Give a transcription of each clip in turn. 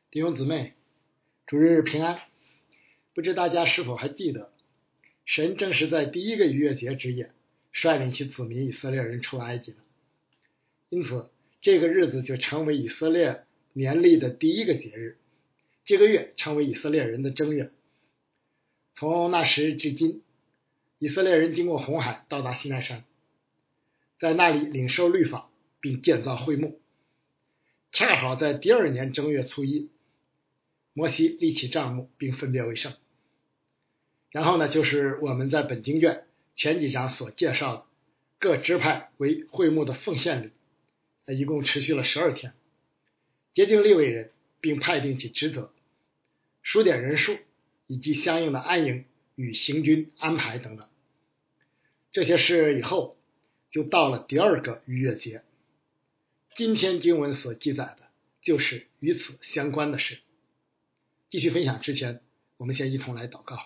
弟兄姊妹，主日平安。不知大家是否还记得，神正是在第一个逾越节之夜率领其子民以色列人出埃及的，因此这个日子就成为以色列年历的第一个节日，这个月成为以色列人的正月。从那时至今，以色列人经过红海到达西奈山，在那里领受律法并建造会幕。恰好在第二年正月初一，摩西立起帐幕并分别为圣。然后呢，就是我们在本经卷前几章所介绍的各支派为会幕的奉献礼，一共持续了12天，洁净利未人并派定其职责、数点人数以及相应的安营与行军安排等等。这些事以后就到了第二个逾越节，今天经文所记载的就是与此相关的事。继续分享之前，我们先一同来祷告。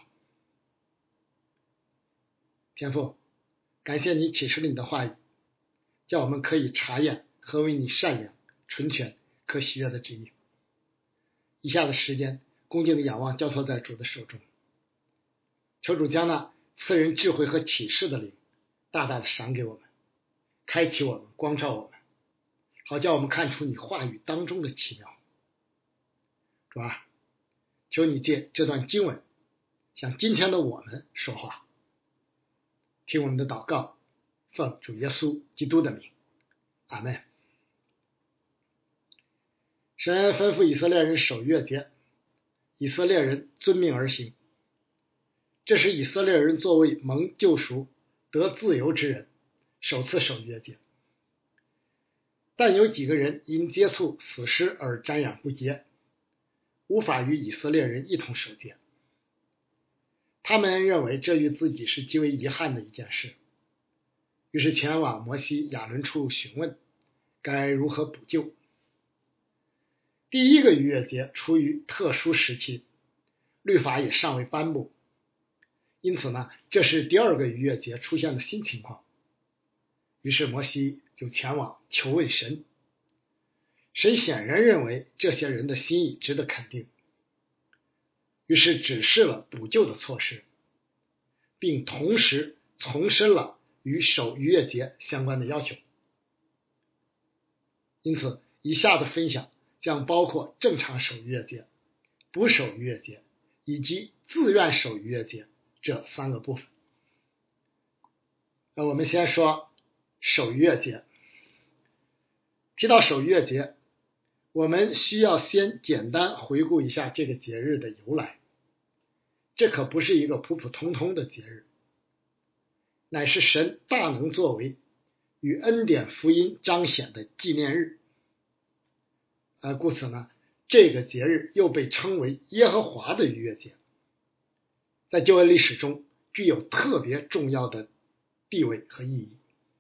天父，感谢你启示了你的话语，叫我们可以查验何为你善良、纯全、可喜悦的旨意。以下的时间，恭敬的仰望交托在主的手中，求主将那赐人智慧和启示的灵大大的赏给我们，开启我们，光照我们，好叫我们看出你话语当中的奇妙。主啊，求你借这段经文向今天的我们说话，听我们的祷告，奉主耶稣基督的名，阿们。神吩咐以色列人守逾越节，以色列人遵命而行，这是以色列人作为蒙救赎得自由之人首次守逾越节。但有几个人因接触死尸而瞻仰不洁，无法与以色列人一同守节。他们认为这与自己是极为遗憾的一件事，于是前往摩西、亚伦处询问该如何补救。第一个逾越节处于特殊时期，律法也尚未颁布，因此呢，这是第二个逾越节出现的新情况。于是摩西就前往求问神，神显然认为这些人的心意值得肯定，于是指示了补救的措施，并同时重申了与守逾越节相关的要求。因此以下的分享将包括正常守逾越节、不守逾越节以及自愿守逾越节这3个部分。我们先说守逾越节。提到守逾越节，我们需要先简单回顾一下这个节日的由来。这可不是一个普普通通的节日，乃是神大能作为与恩典福音彰显的纪念日。故此呢，这个节日又被称为耶和华的逾越节，在旧约历史中具有特别重要的地位和意义。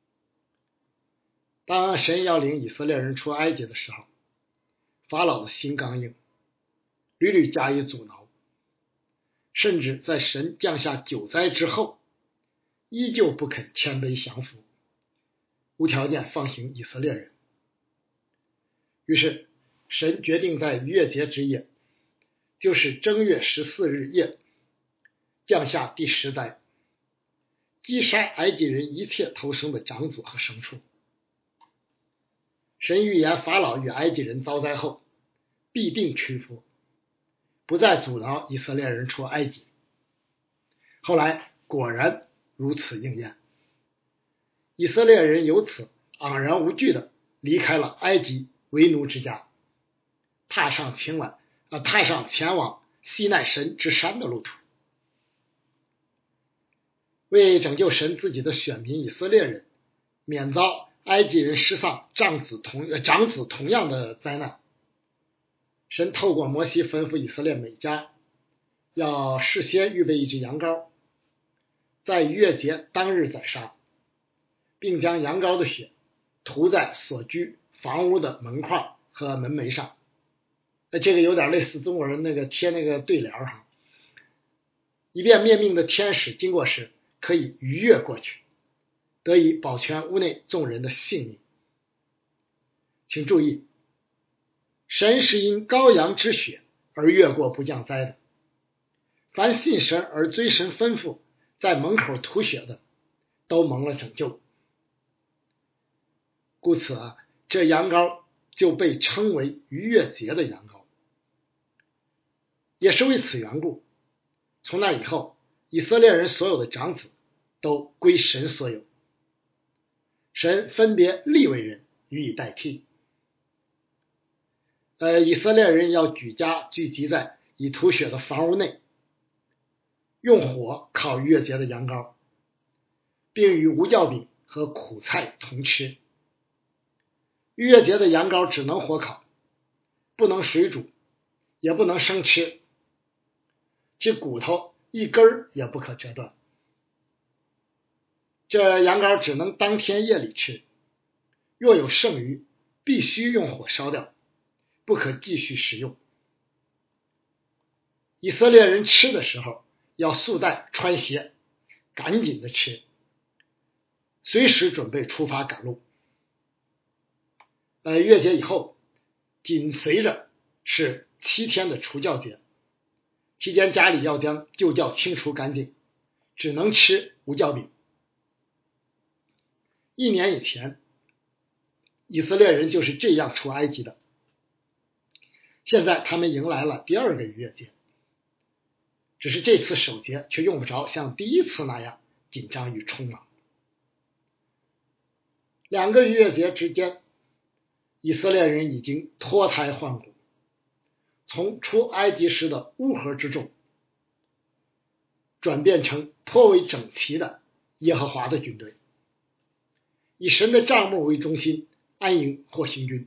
当神要领以色列人出埃及的时候，法老的心刚硬，屡屡加以阻挠，甚至在神降下9灾之后，依旧不肯谦卑降服，无条件放行以色列人。于是神决定在逾越节之夜，就是正月14日夜，降下第10灾，击杀埃及人一切头生的长子和牲畜。神预言法老与埃及人遭灾后必定屈服，不再阻挠以色列人出埃及。后来果然如此应验，以色列人由此昂然无惧地离开了埃及为奴之家，踏上前往西奈神之山的路途。为拯救神自己的选民以色列人免遭埃及人失丧长子同样的灾难，神透过摩西吩咐以色列每家要事先预备一只羊羔，在逾越节当日宰杀，并将羊羔的血涂在所居房屋的门框和门楣上。这个有点类似中国人贴那个对联哈，以便灭命的天使经过时可以逾越过去，得以保全屋内众人的性命。请注意， 神是因羔羊之血而越过不降灾的，凡信神而遵神吩咐在门口吐血的，都蒙了拯救。故此这羊羔就被称为逾越节的羊羔。也是为此缘故，从那以后，以色列人所有的长子都归神所有，神分别利未人予以代替。以色列人要举家聚集在已吐血的房屋内，用火烤逾越节的羊羔，并与无酵饼和苦菜同吃。逾越节的羊羔只能火烤，不能水煮，也不能生吃，其骨头一根也不可折断。这羊羔只能当天夜里吃，若有剩余，必须用火烧掉，不可继续食用。以色列人吃的时候要束带穿鞋，赶紧的吃，随时准备出发赶路。逾越节以后，紧随着是7天的除酵节，期间家里要将旧酵清除干净，只能吃无酵饼。1年以前，以色列人就是这样出埃及的。现在他们迎来了第2个逾越节，只是这次守节却用不着像第1次那样紧张与匆忙。2个逾越节之间，以色列人已经脱胎换骨，从出埃及时的乌合之众，转变成颇为整齐的耶和华的军队，以神的帐幕为中心，安营或行军。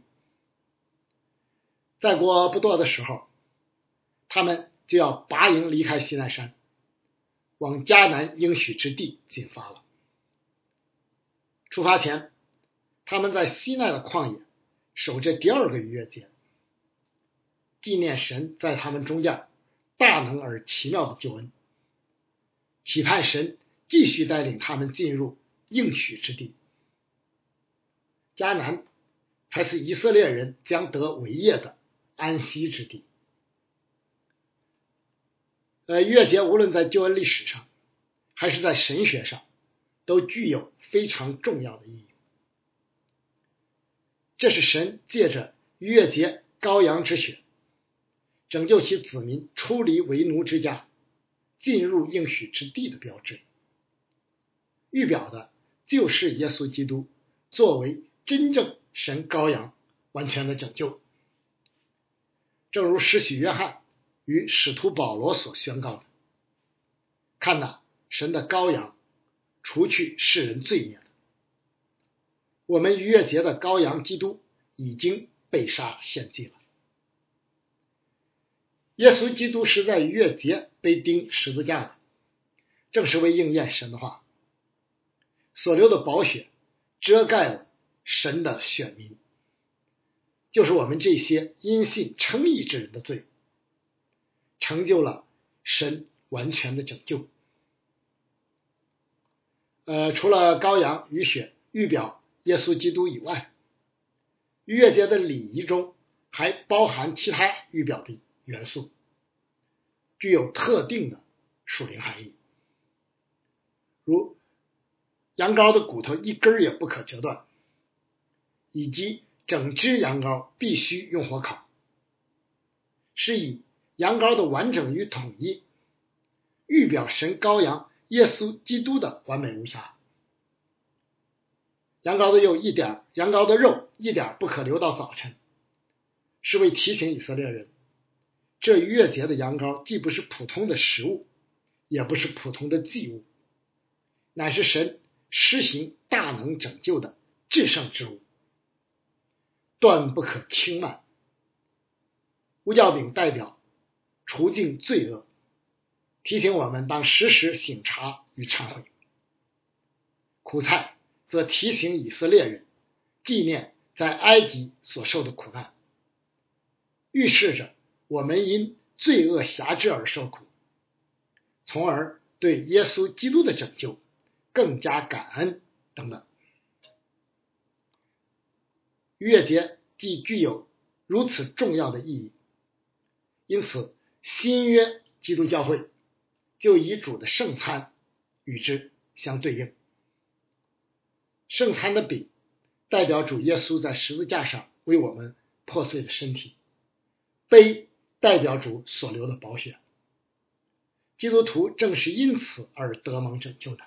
再过不多的时候，他们就要拔营离开西奈山，往迦南应许之地进发了。出发前，他们在西奈的旷野守着第2个逾越节，纪念神在他们中间大能而奇妙的救恩，期盼神继续带领他们进入应许之地。迦南才是以色列人将得为业的安息之地。逾越节无论在救恩历史上还是在神学上，都具有非常重要的意义。这是神借着逾越节羔羊之血，拯救其子民出离为奴之家，进入应许之地的标志。预表的就是耶稣基督作为真正神羔羊完全的拯救。正如施洗约翰与使徒保罗所宣告的：看哪，神的羔羊，除去世人罪孽的。我们逾越节的羔羊基督已经被杀献祭了。耶稣基督是在逾越节被钉十字架的，正是为应验神的话，所流的宝血遮盖了神的选民，就是我们这些因信称义之人的罪，成就了神完全的拯救。除了羔羊与血预表耶稣基督以外，逾越节的礼仪中还包含其他预表的元素，具有特定的属灵含义，如羊羔的骨头一根也不可折断，以及整只羊羔必须用火烤，是以羊羔的完整与统一，预表神羔羊耶稣基督的完美无瑕。羊羔的肉一点不可留到早晨，是为提醒以色列人，这逾越节的羊羔既不是普通的食物，也不是普通的祭物，乃是神施行大能拯救的至圣之物，断不可轻慢。无酵饼代表除尽罪恶，提醒我们当时时省察与忏悔。苦菜则提醒以色列人纪念在埃及所受的苦难，预示着我们因罪恶辖制而受苦，从而对耶稣基督的拯救更加感恩等等。逾越节既具有如此重要的意义。因此，新约基督教会就以主的圣餐与之相对应。圣餐的饼代表主耶稣在十字架上为我们破碎的身体，杯代表主所流的宝血。基督徒正是因此而得蒙拯救的。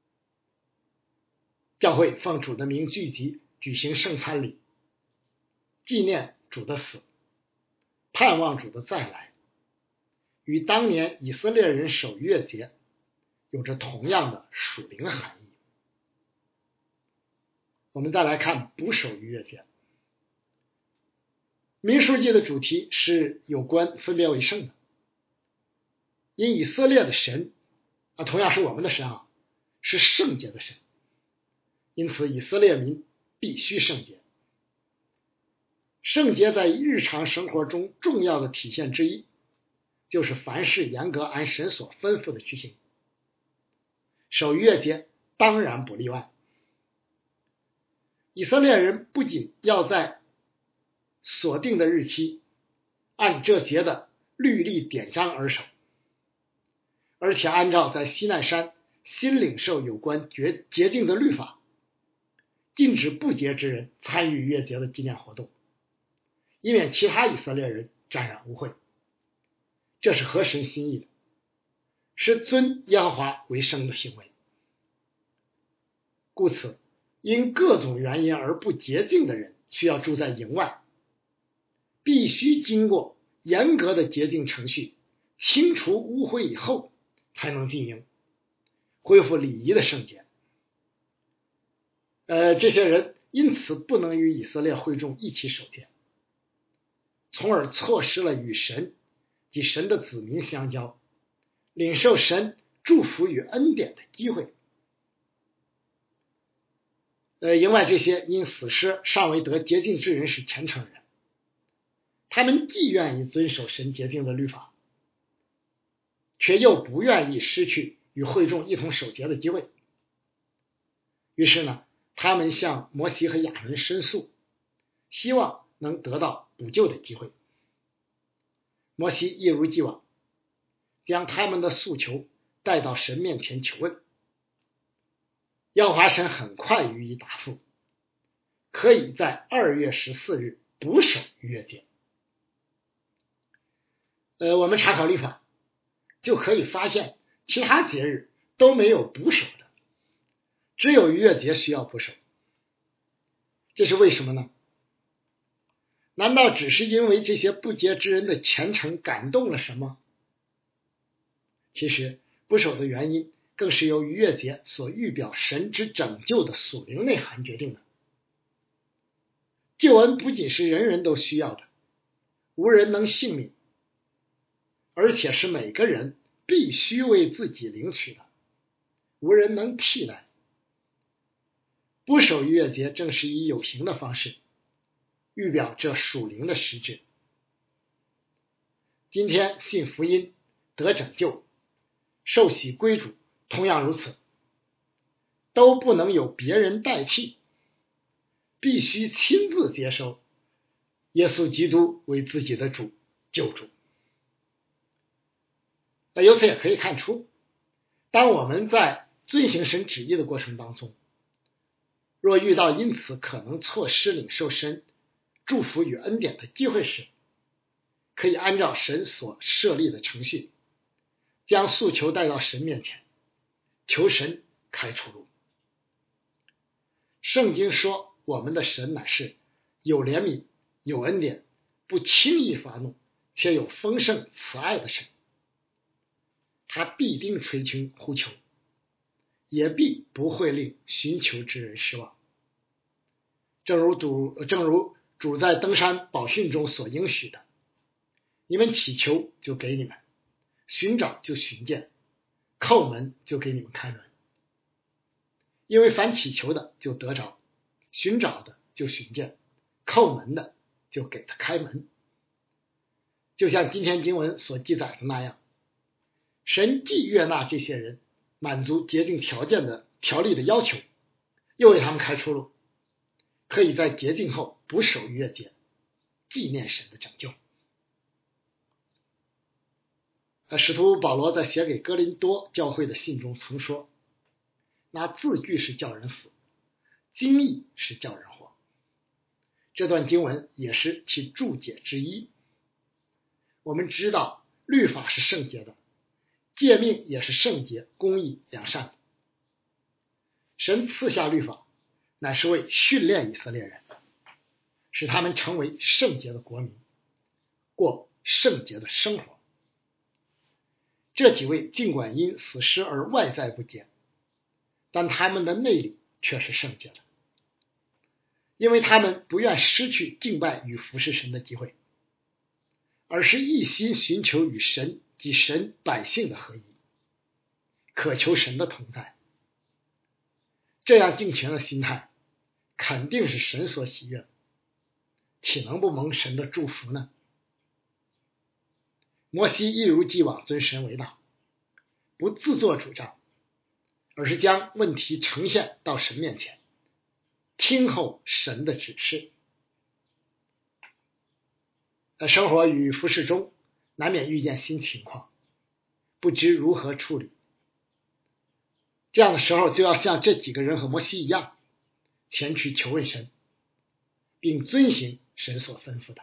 教会奉主的名聚集，举行圣餐礼，纪念主的死，盼望主的再来，与当年以色列人守逾越节有着同样的属灵含义。我们再来看补守逾越节。民数记的主题是有关分别为圣的，因以色列的神同样是我们的神是圣洁的神，因此以色列民必须圣洁。圣洁在日常生活中重要的体现之一，就是凡事严格按神所吩咐的去行。守逾越节当然不例外。以色列人不仅要在所定的日期按这节的律例典章而守，而且按照在西奈山新领受有关洁净的律法，禁止不洁之人参与逾越节的纪念活动，以免其他以色列人沾染污秽。这是合神心意的，是尊耶和华为圣的行为。故此，因各种原因而不洁净的人需要住在营外，必须经过严格的洁净程序，清除污秽以后才能进营，恢复礼仪的圣洁。这些人因此不能与以色列会众一起守节，从而错失了与神及神的子民相交，领受神祝福与恩典的机会。营外这些因死尸尚未得洁净之人是虔诚人，他们既愿意遵守神洁净的律法，却又不愿意失去与会众一同守节的机会。于是呢，他们向摩西和亚伦申诉，希望能得到补救的机会。摩西一如既往将他们的诉求带到神面前求问，耶和华神很快予以答复，可以在2月14日补守逾越节。我们查考律法就可以发现，其他节日都没有补守的，只有逾越节需要补守。这是为什么呢？难道只是因为这些不洁之人的虔诚感动了什么？其实补守的原因更是由逾越节所预表神之拯救的属灵内涵决定的。救恩不仅是人人都需要的，无人能幸免，而且是每个人必须为自己领取的，无人能替代。补守逾越节正是以有形的方式预表这属灵的实质。今天信福音得拯救，受洗归主同样如此，都不能由别人代替，必须亲自接受耶稣基督为自己的主救主。由此也可以看出，当我们在遵行神旨意的过程当中，若遇到因此可能错失领受神祝福与恩典的机会时，可以按照神所设立的程序，将诉求带到神面前，求神开出路。圣经说，我们的神乃是有怜悯、有恩典、不轻易发怒，且有丰盛慈爱的神。他必定垂听呼求，也必不会令寻求之人失望。正如主在登山宝训中所应许的，你们祈求就给你们，寻找就寻见，叩门就给你们开门。因为凡祈求的就得着，寻找的就寻见，叩门的就给他开门。就像今天经文所记载的那样，神既悦纳这些人满足洁净条例的要求，又为他们开出路，可以在洁净后补守逾越节， 纪念神的拯救。使徒保罗在写给哥林多教会的信中曾说，那字句是叫人死，经义是叫人活。这段经文也是其注解之一。我们知道律法是圣洁的，诫命也是圣洁、公义、良善的。神赐下律法，乃是为训练以色列人，使他们成为圣洁的国民，过圣洁的生活。这几位尽管因死尸而外在不洁，但他们的内里却是圣洁的，因为他们不愿失去敬拜与服侍神的机会，而是一心寻求与神及神百姓的合一，渴求神的同在。这样敬虔的心态肯定是神所喜悦的，岂能不蒙神的祝福呢？摩西一如既往尊神为大，不自作主张，而是将问题呈现到神面前，听候神的指示。在生活与服侍中，难免遇见新情况，不知如何处理。这样的时候，就要像这几个人和摩西一样，前去求问神，并遵行神所吩咐的。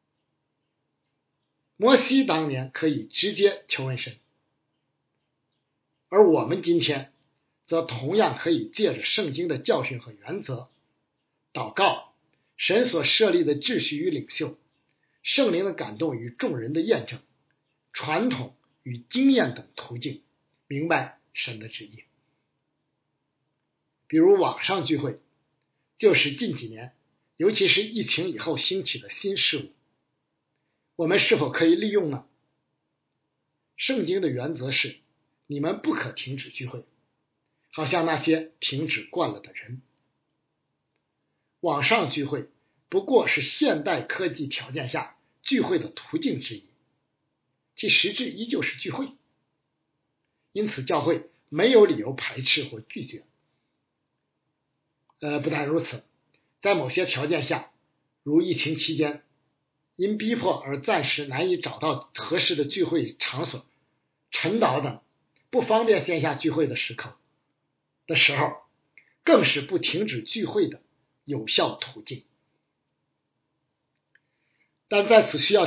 摩西当年可以直接求问神，而我们今天则同样可以借着圣经的教训和原则，祷告，神所设立的秩序与领袖，圣灵的感动与众人的验证，传统与经验等途径，明白神的旨意。比如网上聚会，就是近几年，尤其是疫情以后兴起的新事物，我们是否可以利用呢？圣经的原则是，你们不可停止聚会，好像那些停止惯了的人。网上聚会不过是现代科技条件下聚会的途径之一，其实质依旧是聚会，因此教会没有理由排斥或拒绝。不但如此，在某些条件下，如疫情期间因逼迫而暂时难以找到合适的聚会场所，晨祷等不方便线下聚会的时候，更是不停止聚会的有效途径。但在此需要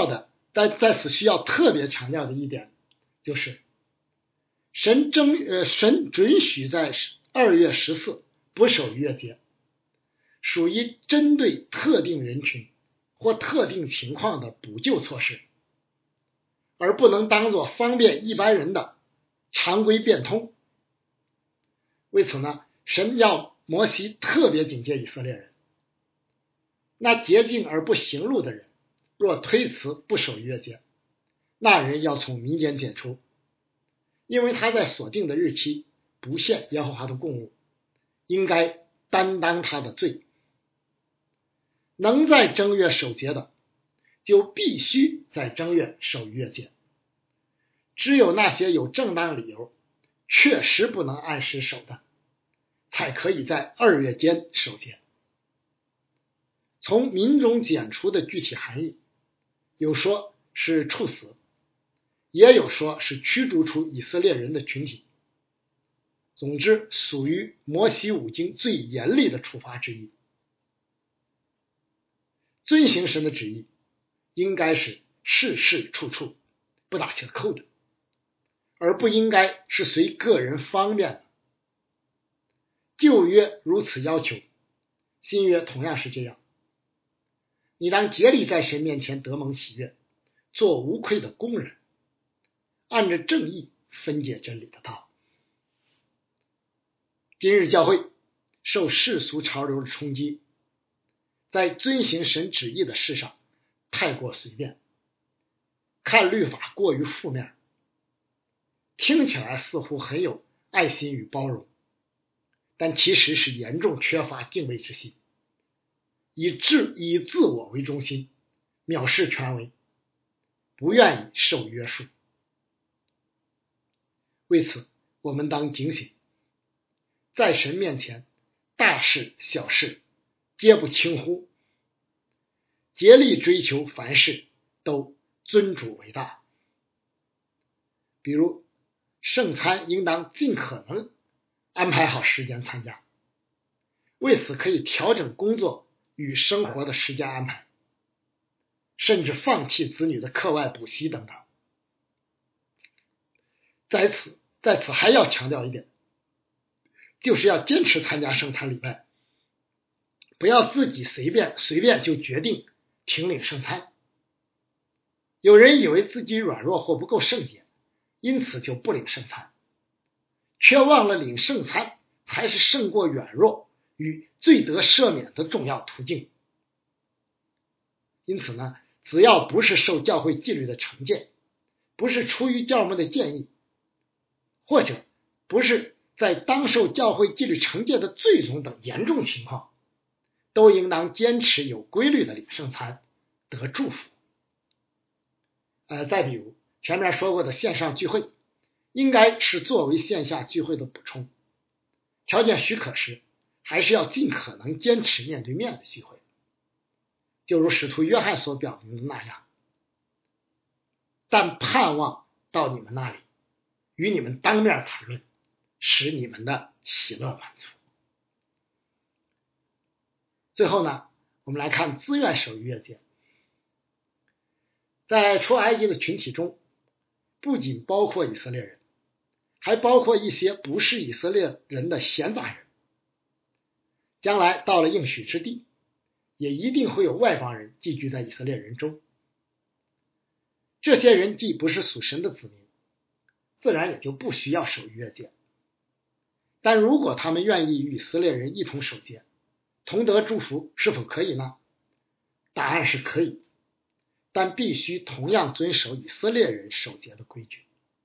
特别强调的一点，就是神准许在2月14不守逾越节，属于针对特定人群或特定情况的补救措施，而不能当作方便一般人的常规变通。为此呢，神要摩西特别警戒以色列人，那洁净而不行路的人，若推辞不守逾越节，那人要从民间剪除，因为他在所定的日期不献耶和华的供物，应该担当他的罪。能在正月守节的，就必须在正月守逾越节。只有那些有正当理由，确实不能按时守的，才可以在2月间守节。从民中剪除的具体含义，有说是处死，也有说是驱逐出以色列人的群体。总之，属于摩西五经最严厉的处罚之一。遵行神的旨意，应该是事事处处不打折扣的，而不应该是随个人方便的。旧约如此要求，新约同样是这样。你当竭力在神面前得蒙喜悦，做无愧的工人，按着正义分解真理的道。今日教会受世俗潮流的冲击，在遵行神旨意的事上太过随便，看律法过于负面，听起来似乎很有爱心与包容，但其实是严重缺乏敬畏之心，以自我为中心，藐视权威，不愿意受约束。为此，我们当警醒，在神面前大事小事皆不轻忽， 竭力追求凡事都尊主为大。比如圣餐应当尽可能安排好时间参加，为此可以调整工作与生活的时间安排，甚至放弃子女的课外补习等等。在此还要强调一点，就是要坚持参加圣餐礼拜，不要自己随便就决定停领圣餐。有人以为自己软弱或不够圣洁，因此就不领圣餐，却忘了领圣餐才是胜过软弱与罪得赦免的重要途径。因此呢，只要不是受教会纪律的惩戒，不是出于教牧的建议，或者不是在当受教会纪律惩戒的罪中等严重情况，都应当坚持有规律的领圣餐，得祝福。再比如前面说过的线上聚会，应该是作为线下聚会的补充，条件许可时，还是要尽可能坚持面对面的聚会。就如使徒约翰所表明的那样，但盼望到你们那里，与你们当面谈论，使你们的喜乐满足。最后呢，我们来看自愿守逾越节。在出埃及的群体中，不仅包括以色列人，还包括一些不是以色列人的闲杂人。将来到了应许之地，也一定会有外邦人寄居在以色列人中。这些人既不是属神的子民，自然也就不需要守逾越节。但如果他们愿意与以色列人一同守节，同得祝福，是否可以呢？答案是可以，但必须同样遵守以色列人守节的规矩。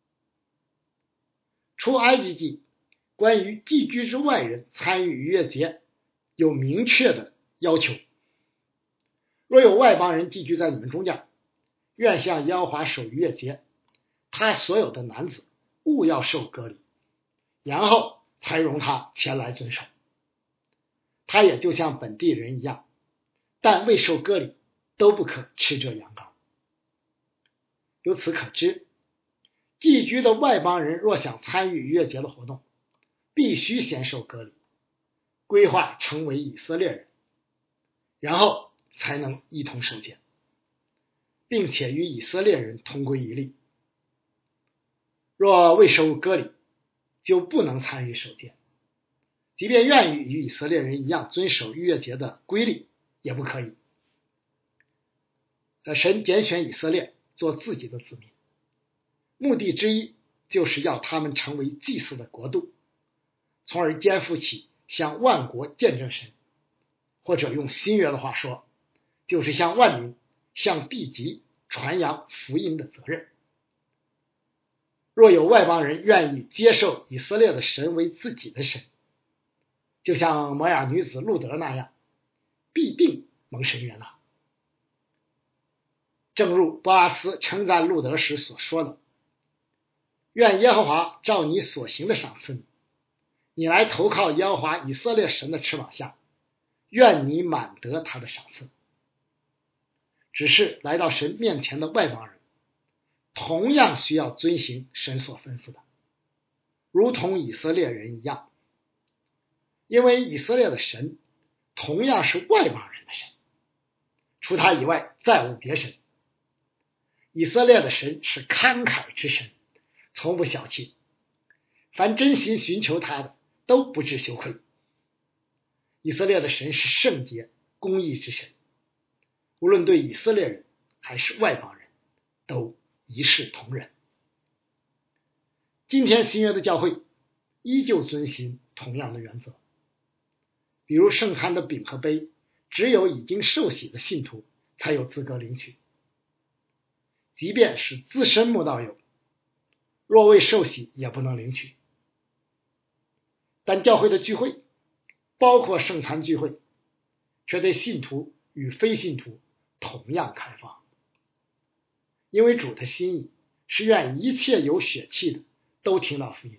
出埃及记关于寄居之外人参与逾越节有明确的要求，若有外邦人寄居在你们中间，愿向耶和华守逾越节，他所有的男子务要受割礼，然后才容他前来遵守。他也就像本地人一样，但未受割礼都不可吃这羊羔。由此可知，寄居的外邦人若想参与逾越节的活动，必须先受割礼，规划成为以色列人，然后才能一同守节，并且与以色列人同归一例。若未受割礼，就不能参与守节，即便愿意与以色列人一样遵守逾越节的规律，也不可以。神拣选以色列做自己的子民，目的之一就是要他们成为祭祀的国度，从而肩负起向万国见证神，或者用新约的话说，就是向万民、向地极传扬福音的责任。若有外邦人愿意接受以色列的神为自己的神，就像摩亚女子路德那样，必定蒙神悦纳。正如波阿斯称赞路德时所说的，愿耶和华照你所行的赏赐你，你来投靠耶和华以色列神的翅膀下，愿你满得他的赏赐。只是来到神面前的外邦人，同样需要遵行神所吩咐的，如同以色列人一样，因为以色列的神同样是外邦人的神，除他以外再无别神。以色列的神是慷慨之神，从不小气，凡真心寻求他的都不致羞愧。以色列的神是圣洁公义之神，无论对以色列人还是外邦人，都一视同仁。今天新约的教会依旧遵循同样的原则，比如圣餐的饼和杯，只有已经受洗的信徒才有资格领取，即便是资深慕道友，若未受洗也不能领取。但教会的聚会，包括圣餐聚会，却对信徒与非信徒同样开放，因为主的心意是愿一切有血气的都听到福音。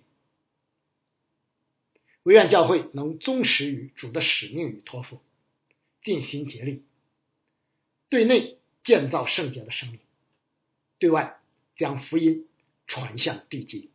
惟愿教会能忠实于主的使命与托付，尽心竭力， 对内建造圣洁的生命，对外将福音传向地极。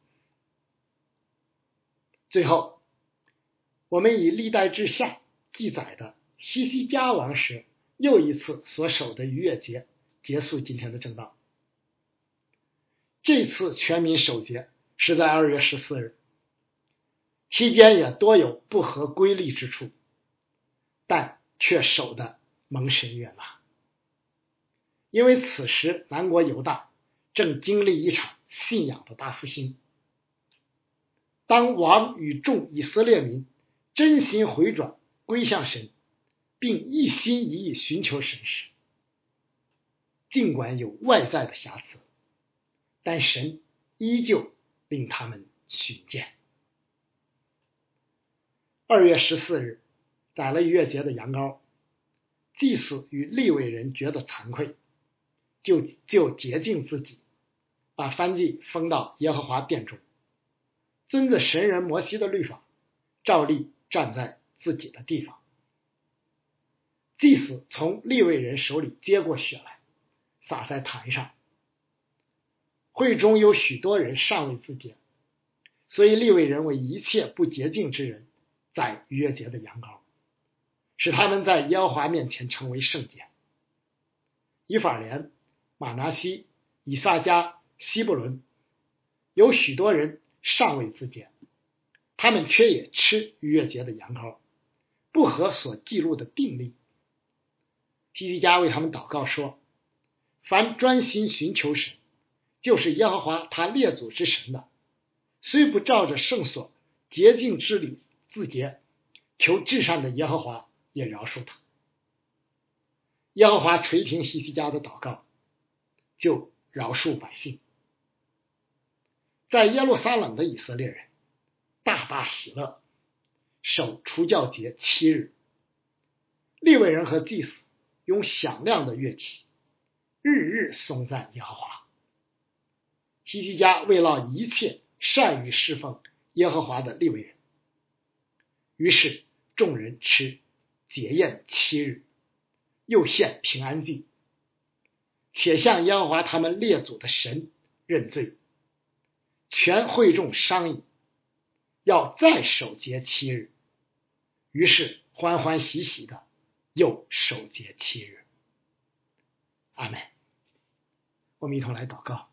最后，我们以历代志下记载的西西家王时又一次所守的逾越节结束今天的正道。这次全民守节是在2月14日，期间也多有不合规律之处，但却守得蒙神悦纳。因为此时南国犹大正经历一场信仰的大复兴，当王与众以色列民真心回转归向神，并一心一意寻求神时，尽管有外在的瑕疵，但神依旧令他们寻见。2月14日宰了逾越节的羊羔，祭司与利未人觉得惭愧，就洁净自己，把燔祭封到耶和华殿中，遵着神人摩西的律法，照例站在自己的地方。祭司从利未人手里接过血来，洒在坛上。会中有许多人尚未自洁，所以利未人为一切不洁净之人宰逾越节的羊羔，使他们在耶和华面前成为圣洁。以法莲、马拿西、以撒迦、西布伦有许多人尚未自洁，他们却也吃逾越节的羊羔，不合所记录的定例。西西家为他们祷告说，凡专心寻求神，就是耶和华他列祖之神的，虽不照着圣所洁净之礼自洁，求至善的耶和华也饶恕他。耶和华垂听西西家的祷告，就饶恕百姓。在耶路撒冷的以色列人大大喜乐，守除酵节7日。利未人和祭司用响亮的乐器，日日颂赞耶和华。西西家慰劳一切善于侍奉耶和华的利未人，于是众人吃节宴7日，又献平安祭，且向耶和华他们列祖的神认罪。全会众商议，要再守节7日，于是欢欢喜喜的又守节7日。阿们。我们一同来祷告。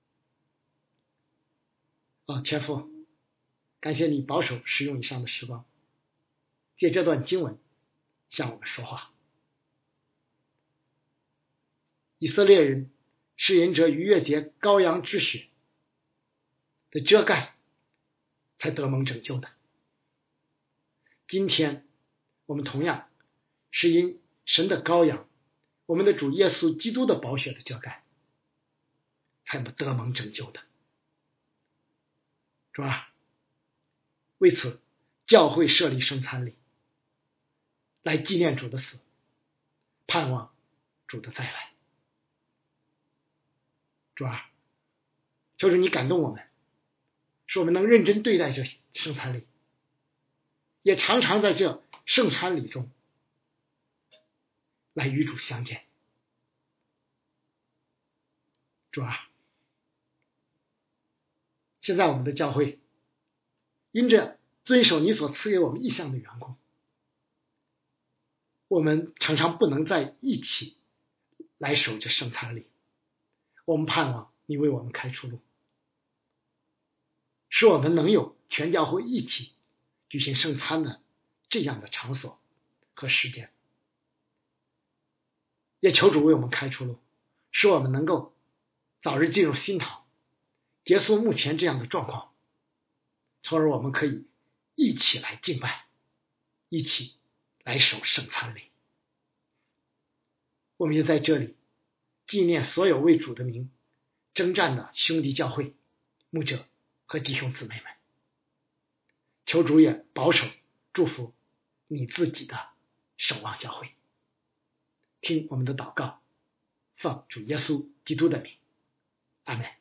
天父，感谢你保守使用以上的时光，借这段经文向我们说话。以色列人是因着逾越节羔羊之血的遮盖才得蒙拯救的。今天我们同样是因神的羔羊，我们的主耶稣基督的宝血的遮盖才得蒙拯救的。主啊，为此教会设立圣餐礼，来纪念主的死，盼望主的再来。主啊，求主你感动我们，使我们能认真对待这圣餐礼，也常常在这圣餐礼中来与主相见。主啊，现在我们的教会因着遵守你所赐给我们异象的缘故，我们常常不能在一起来守着圣餐礼。我们盼望你为我们开出路，使我们能有全教会一起举行圣餐的这样的场所和时间。也求主为我们开出路，使我们能够早日进入新堂，结束目前这样的状况，从而我们可以一起来敬拜，一起来守圣餐礼。我们就在这里纪念所有为主的名征战的兄弟教会、牧者和弟兄姊妹们，求主也保守祝福你自己的守望教会。听我们的祷告，奉主耶稣基督的名，阿们。